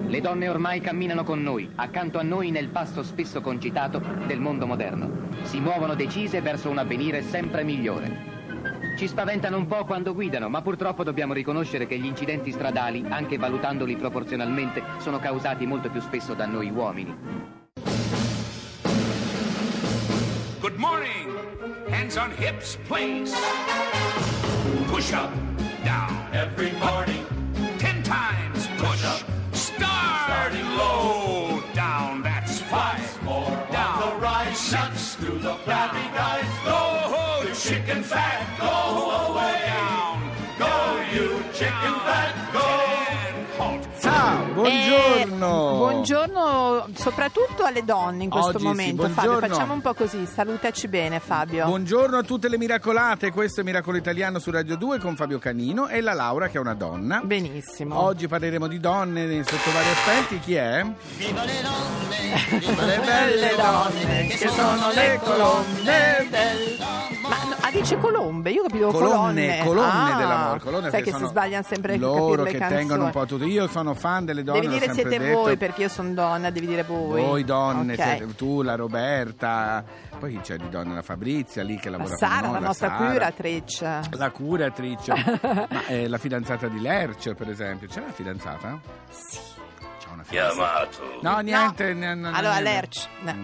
Le donne ormai camminano con noi, accanto a noi nel passo spesso concitato del mondo moderno. Si muovono decise verso un avvenire sempre migliore. Ci spaventano un po' quando guidano, ma purtroppo dobbiamo riconoscere che gli incidenti stradali, anche valutandoli proporzionalmente, sono causati molto più spesso da noi uomini. Good morning. Hands on hips, please. Push up, down. Every morning. 10 times push up. Starting low, down. That's 5 more. Down. On the rise, 6 through the flabby guys. Go, chicken fat, go away. Down. Go, you chicken fat, go. 10, halt. Buongiorno. Buongiorno soprattutto alle donne in questo Oggi momento, sì, Fabio, buongiorno. facciamo un po' così, salutaci bene Fabio. Buongiorno a tutte le miracolate, questo è Miracolo Italiano su Radio 2 con Fabio Canino e la Laura che è una donna. Benissimo. Oggi parleremo di donne sotto vari aspetti. Chi è? Viva le donne, viva Le belle donne che sono le colonne del... Ma no, dice colombe, io capivo Colonne dell'amore, colonne sai che che si sono sbagliano sempre a loro capire le che canzoni. tengono un po' tutto. Io sono fan delle donne, Devi dire l'ho sempre siete detto. voi, perché io sono donna, devi dire voi. Voi donne, Ok. siete tu, la Roberta, poi chi c'è di donna? La Fabrizia lì che La lavora Sara, con noi, la nostra Sara. curatrice. La curatrice. Ma la fidanzata di Lerch, per esempio. C'è una fidanzata? Sì. C'è una fidanzata. Chiamato. No, niente. Allora, niente. Lerch.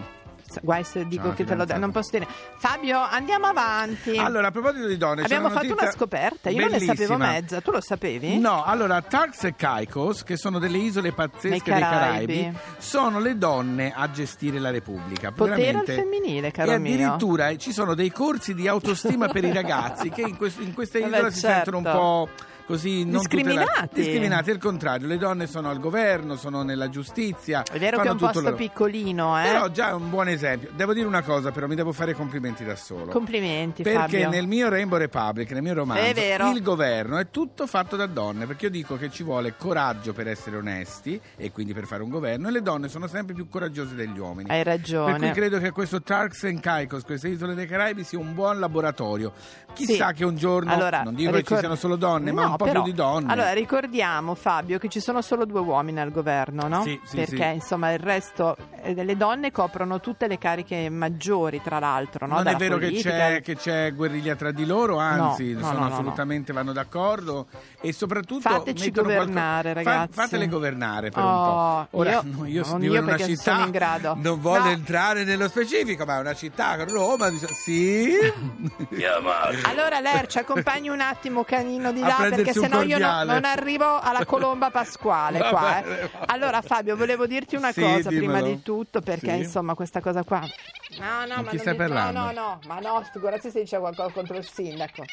Guai se dico Ciao, che te lo fidanzata. non posso dire. Fabio, andiamo avanti. Allora, a proposito di donne, c'è Abbiamo una fatto notizia una scoperta, io non ne sapevo bellissima. mezza, tu lo sapevi? No, allora Turks e Caicos, che sono delle isole pazzesche Nei dei Caraibi. Caraibi, sono le donne a gestire la Repubblica. Potere al Veramente. femminile, caro E mio. addirittura ci sono dei corsi di autostima per i ragazzi che in queste Vabbè, isole si certo. sentono un po' così non Discriminati. discriminati, al contrario, le donne sono al governo, sono nella giustizia. È vero che è fanno un tutto posto loro. piccolino, Però già è un buon esempio. Devo dire una cosa, però mi devo fare i complimenti da solo. Complimenti, Perché Fabio. nel mio Rainbow Republic, nel mio romanzo, È vero. il governo è tutto fatto da donne, perché io dico che ci vuole coraggio per essere onesti e quindi per fare un governo, e le donne sono sempre più coraggiose degli uomini. Hai ragione. Per cui credo che questo Turks and Caicos, queste isole dei Caraibi, sia un buon laboratorio. Chissà Sì. che un giorno, Allora, non dico che ci siano solo donne, ma No, un po' però, più di donne. Allora, ricordiamo, Fabio, che ci sono solo 2 uomini al governo, no? Sì, sì, Perché, sì. insomma, il resto delle donne coprono tutte le cariche maggiori, tra l'altro, no? Non è Dalla vero politica. che c'è guerriglia tra di loro, anzi, No, sono no. assolutamente vanno d'accordo e soprattutto Fateci mettono governare, ragazzi. Fatele governare per Oh, un po'. Ora, io- no, non vivo io in una perché città, sono in grado. non voglio No. entrare nello specifico, ma è una città, Roma, sì. Chiamato. Allora, Lerch, accompagni un attimo Canino di A là, prendersi perché un sennò io cordiale. non arrivo alla colomba pasquale Va qua. bene, va bene. Allora, Fabio, volevo dirti una Sì, cosa prima dimmelo. di tutto, perché Sì. insomma questa cosa qua. No, Di ma chi non stai parlando? No, ma no, figurati se dice qualcosa contro il sindaco.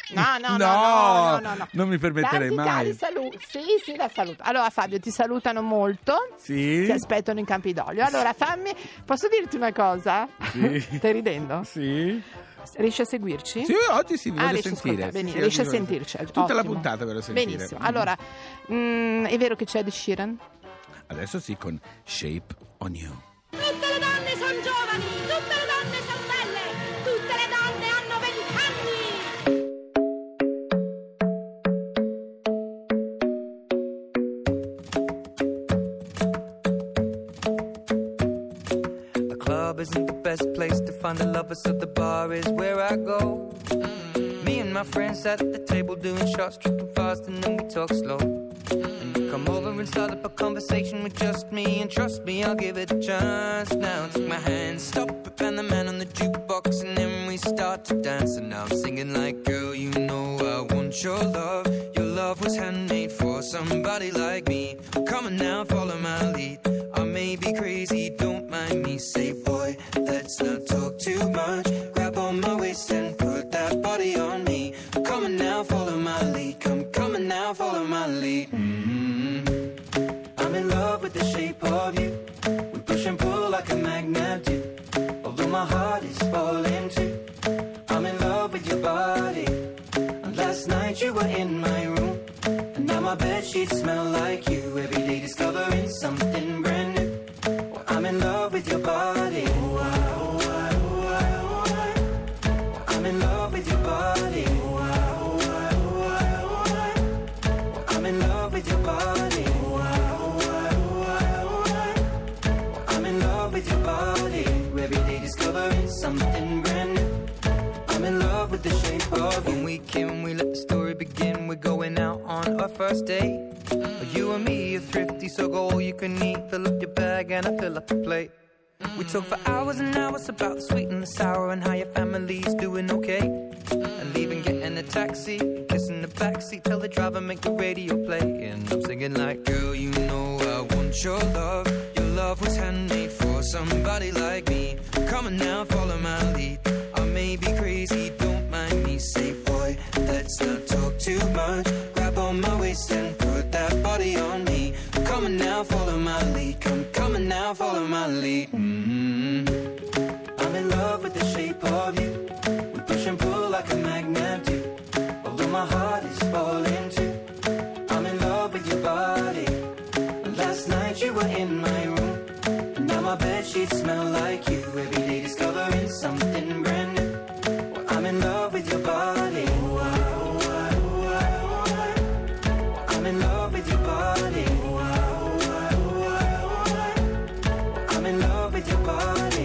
No. Non mi permetterei Tanti mai. cari saluti. Sì, la saluto. Allora, Fabio, ti salutano molto. Sì. Ti aspettano in Campidoglio. Allora, posso dirti una cosa? Sì. Stai ridendo? Sì. Riesci a seguirci? Sì, oggi sì, vi voglio riesci a sentire. ascoltare, benissimo, Sì, riesci a oggi voglio- sentirci. Tutta la Ottimo. puntata ve lo sentire. Benissimo. Allora, è vero che c'è Ed Sheeran? Adesso sì, con Shape on You. Tutte le donne sono giovani, tutte le donne sono belle, tutte le donne hanno 20 anni. The club isn't the best place to find a lover, so the bar is where I go. Me and my friends at the table doing shots, tripping fast, and then we talk slow. And you come over and start up a conversation with just me, and trust me, I'll give it a chance. Now take my hand, stop it, and the man on the jukebox, and then we start to dance. And now I'm singing like, girl, you know I want your love. Your love was handmade for somebody like me. Come on now, follow my lead. I may be crazy, don't mind me. Say, boy, let's not talk too much. Grab on my waist and put that body on me. Come on now, follow my lead. Come on now, follow my lead. I'm in love with the shape of you. We push and pull like a magnet do. Although my heart is falling too. I'm in love with your body. And last night you were in my room. And now my bedsheets smell like you. Every day discovering something brand new. Well, I'm in love with your body. I'm in love with your body. I'm in love with your body. first date. You and me are thrifty, so go all you can eat. Fill up your bag and I fill up the plate. We talk for hours and hours about the sweet and the sour and how your family's doing okay. And leaving, getting a taxi, kissing the backseat, tell the driver make the radio play. And I'm singing like, girl, you know I want your love. Your love was handmade for somebody like me. Come on now, follow my lead. I may be crazy, don't mind me. Say, boy, let's not talk too much. Grab on my waist and put that body on me. Come on now, follow my lead. Come on now, follow my lead. I'm in love with the shape of you. We push and pull like a magnet do. Although my heart is falling too. I'm in love with your body. Last night you were in my room. And now my bedsheets smell like you. Every day discovering something brand new. Well, I'm in love with your body. I'm in love with your body. I'm in love with your body.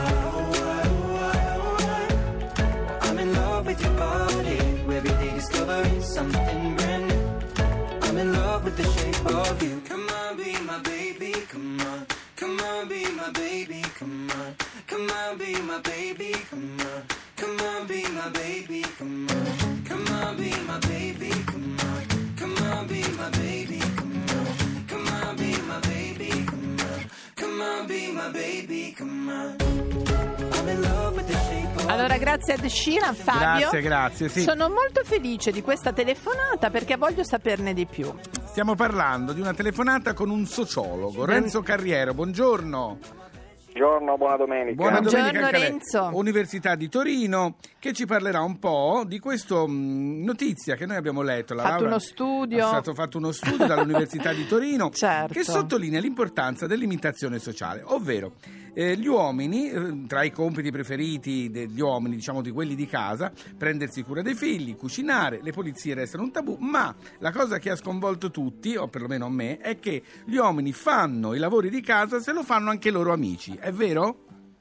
I'm in love with your body. Every day discovering something brand new. I'm in love with the shape of you. Come on, be my baby, come on. Come on, be my baby, come on. Come on, be my baby, come on. Come on, be my baby, come on. Come on, be my baby, come on. Come on, be my baby, come on. Come on, be my baby, come on. Come on, be my baby, come on. I'm in love with the shape of. Allora, grazie Ed Sheeran, Fabio. Grazie, sì. Sono molto felice di questa telefonata perché voglio saperne di più. Stiamo parlando di una telefonata con un sociologo, Renzo Carriero. Buongiorno. Buongiorno, buona domenica. Buona Buongiorno, domenica anche a lei. Renzo. Università di Torino, che ci parlerà un po' di questa notizia che noi abbiamo letto. Uno studio. È stato fatto uno studio dall'Università di Torino Certo. che sottolinea l'importanza dell'imitazione sociale, ovvero gli uomini, tra i compiti preferiti degli uomini, diciamo di quelli di casa, prendersi cura dei figli, cucinare, le pulizie restano un tabù, ma la cosa che ha sconvolto tutti, o perlomeno me, è che gli uomini fanno i lavori di casa se lo fanno anche i loro amici, è vero?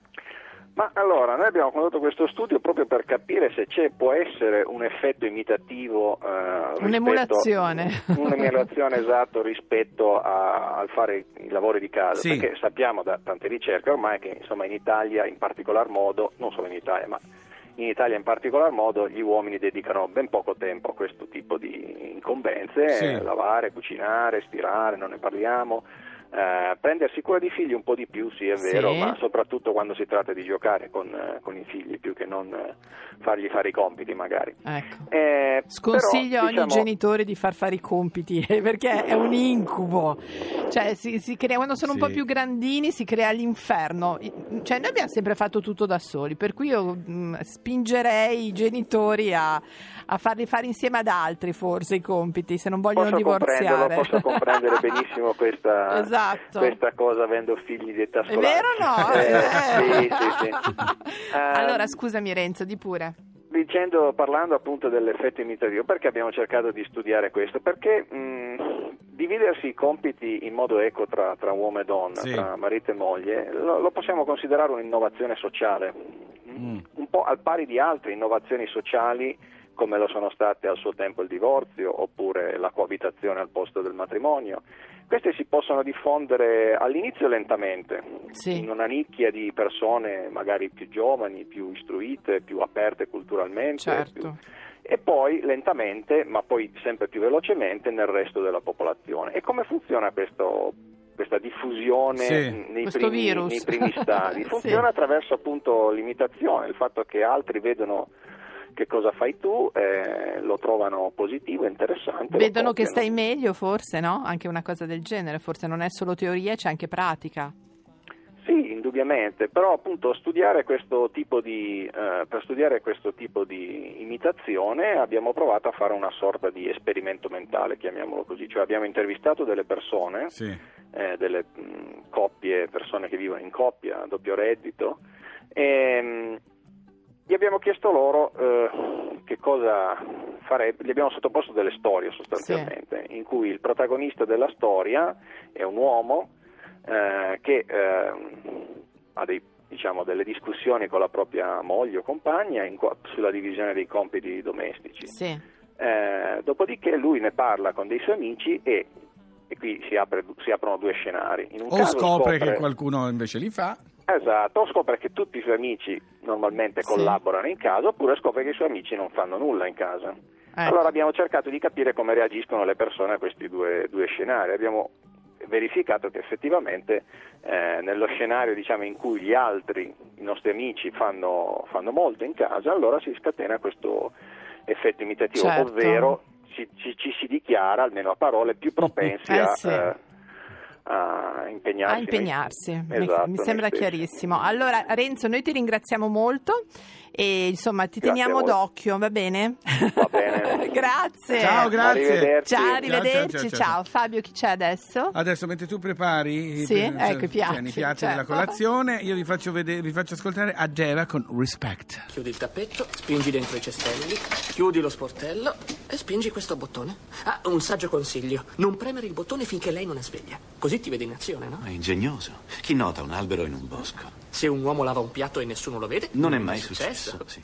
Ma allora, noi abbiamo condotto questo studio proprio per capire se può essere un effetto imitativo, Un'emulazione. Un'emulazione, esatto, rispetto al fare i lavori di casa, Sì. Perché sappiamo da tante ricerche ormai che insomma in Italia in particolar modo, non solo in Italia, ma in Italia in particolar modo gli uomini dedicano ben poco tempo a questo tipo di incombenze, Sì. lavare, cucinare, stirare, non ne parliamo. Prendersi cura di figli un po' di più, sì, è vero, Sì. ma soprattutto quando si tratta di giocare con i figli più che non fargli fare i compiti magari. Ecco. Sconsiglio a ogni genitore di far fare i compiti perché è un incubo, cioè si crea, quando sono un Sì. po' più grandini si crea l'inferno, cioè noi abbiamo sempre fatto tutto da soli, per cui io spingerei i genitori a farli fare insieme ad altri forse i compiti, se non vogliono divorziare. Posso comprendere benissimo questa, Esatto. questa cosa avendo figli di età È scolare. vero o no? Sì. Allora scusami Renzo, di pure. Parlando appunto dell'effetto imitativo, perché abbiamo cercato di studiare questo? Perché dividersi i compiti in modo equo tra uomo e donna, Sì. tra marito e moglie, lo possiamo considerare un'innovazione sociale, un po' al pari di altre innovazioni sociali come lo sono state al suo tempo il divorzio oppure la coabitazione al posto del matrimonio. Queste si possono diffondere all'inizio lentamente, Sì. in una nicchia di persone magari più giovani, più istruite, più aperte culturalmente, Certo. e poi lentamente, ma poi sempre più velocemente nel resto della popolazione. E come funziona questa diffusione Sì. nei Questo virus. nei primi stadi? Funziona Sì. attraverso appunto l'imitazione, il fatto che altri vedono che cosa fai tu, lo trovano positivo, interessante. Vedono che stai meglio forse, no? Anche una cosa del genere, forse non è solo teoria, c'è anche pratica. Sì, indubbiamente, però appunto per studiare questo tipo di imitazione abbiamo provato a fare una sorta di esperimento mentale, chiamiamolo così, cioè abbiamo intervistato delle persone, Sì. delle coppie, persone che vivono in coppia, a doppio reddito, e gli abbiamo chiesto loro che cosa farebbe, gli abbiamo sottoposto delle storie sostanzialmente, in cui il protagonista della storia è un uomo che ha delle discussioni con la propria moglie o compagna sulla divisione dei compiti domestici. Sì. Dopodiché lui ne parla con dei suoi amici e qui si aprono due scenari. In un O caso scopre che qualcuno invece li fa. Esatto, o scopre che tutti i suoi amici normalmente collaborano in casa, oppure scopre che i suoi amici non fanno nulla in casa. Allora abbiamo cercato di capire come reagiscono le persone a questi due scenari. Abbiamo verificato che effettivamente nello scenario, diciamo, in cui gli altri, i nostri amici, fanno molto in casa, allora si scatena questo effetto imitativo, ovvero ci si dichiara, almeno a parole, più propensi a impegnarsi. Esatto, mi sembra chiarissimo. Allora Renzo, noi ti ringraziamo molto e insomma ti teniamo d'occhio, va bene? Va bene. Grazie. Ciao, grazie. Arrivederci. Ciao. Fabio, chi c'è adesso? Adesso mentre tu prepari i piatti, i piatti della colazione, io vi faccio ascoltare Ageva con Respect. Chiudi il tappetto, spingi dentro i cestelli, chiudi lo sportello e spingi questo bottone. Un saggio consiglio: non premere il bottone finché lei non è sveglia, così ti vede in azione, no? È ingegnoso. Chi nota un albero in un bosco? Se un uomo lava un piatto e nessuno lo vede, non è mai successo. Sì.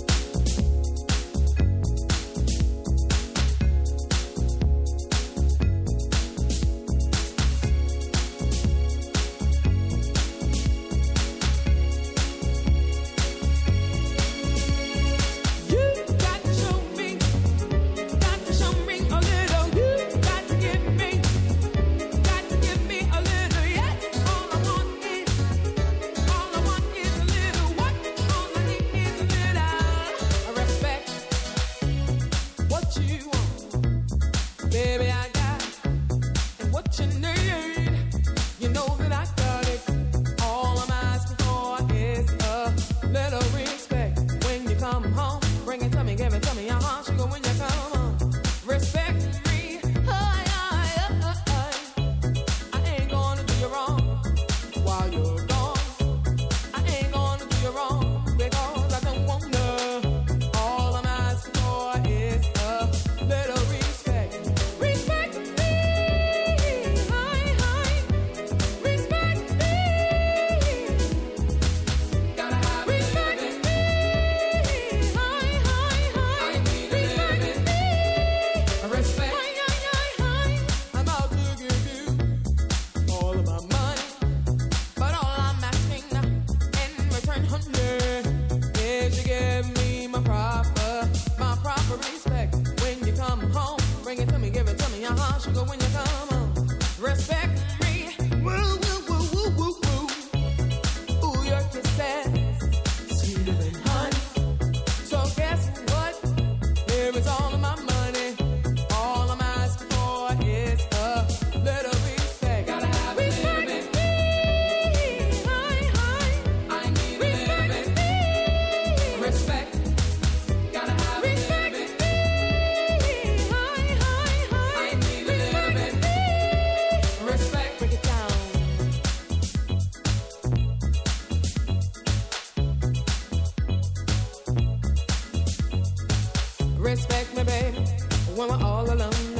Respect me, baby, when we're all alone.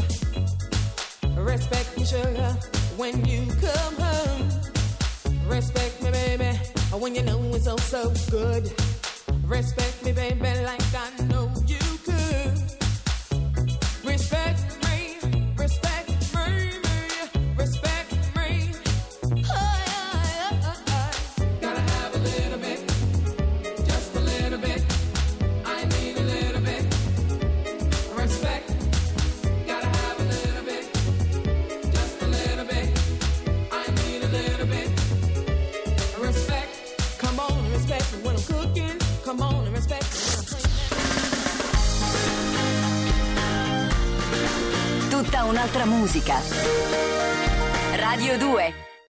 Respect me, sugar, when you come home. Respect me, baby, when you know it's all so good. Respect me, baby, like I know you could. Respect me, respect me, respect me. Gotta have a little bit, just a little bit. I need a little bit. Respect, gotta have a little bit, just a little bit. I need a little bit. Respect, come on and respect me when I'm cooking. Come on and respect me when I'm playing. Tutta un'altra musica. Radio 2.